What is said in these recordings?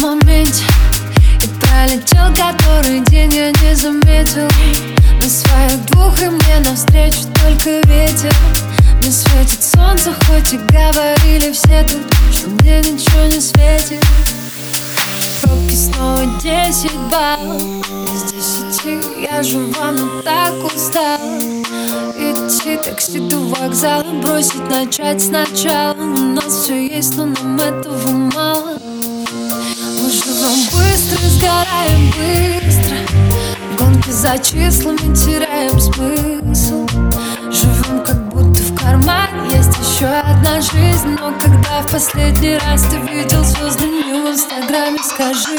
моменте, и пролетел который день, я не заметил. На своих двух, и мне навстречу только ветер. Мне светит солнце, хоть и говорили все тут, что мне ничего не светит. В пробке снова 10 баллов из 10. Я жива, но так устала. Идти такси до вокзала, бросить, начать сначала. У нас все есть, но нам этого мало. Мы живем быстро, сгораем быстро. В гонке за числами теряем смысл. Живем как будто в кармане есть еще одна жизнь. Но когда в последний раз ты видел звезды в инстаграме, скажи.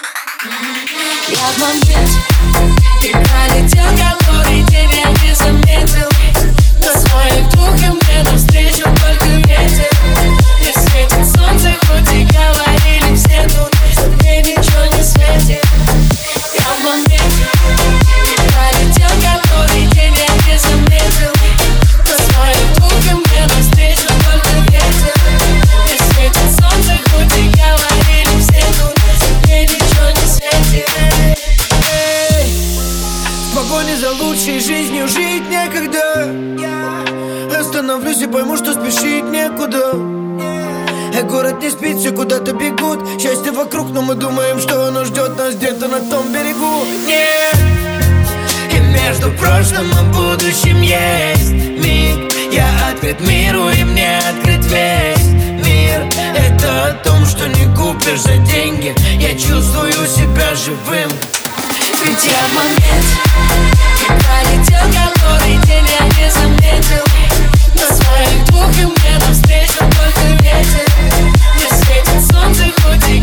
Я в моменте, и пролетел который день, я не заметил. На своих двух, и мне навстречу только ветер. Мне светит солнце, хоть и говорили все тут, что мне ничего не светит. Я в моменте, и пролетел который день, я не заметил. На своих двух, и мне навстречу только ветер. Мне светит солнце, хоть и говорили все тут, что мне ничего не светит. В погоне за лучшей жизнью жить некогда. Остановлюсь и пойму, что спешить некуда. Город не спит, все куда-то бегут. Счастье вокруг, но мы думаем, что оно ждет нас где-то на том берегу. Нет. И между прошлым и будущим есть миг. Я открыт миру, и мне открыт весь мир. Это о том, что не купишь за деньги. Я чувствую себя живым. Ведь я в моменте, и пролетел который день, я не заметил. На своих двух, и мне навстречу только ветер. Мне светит солнце, хоть и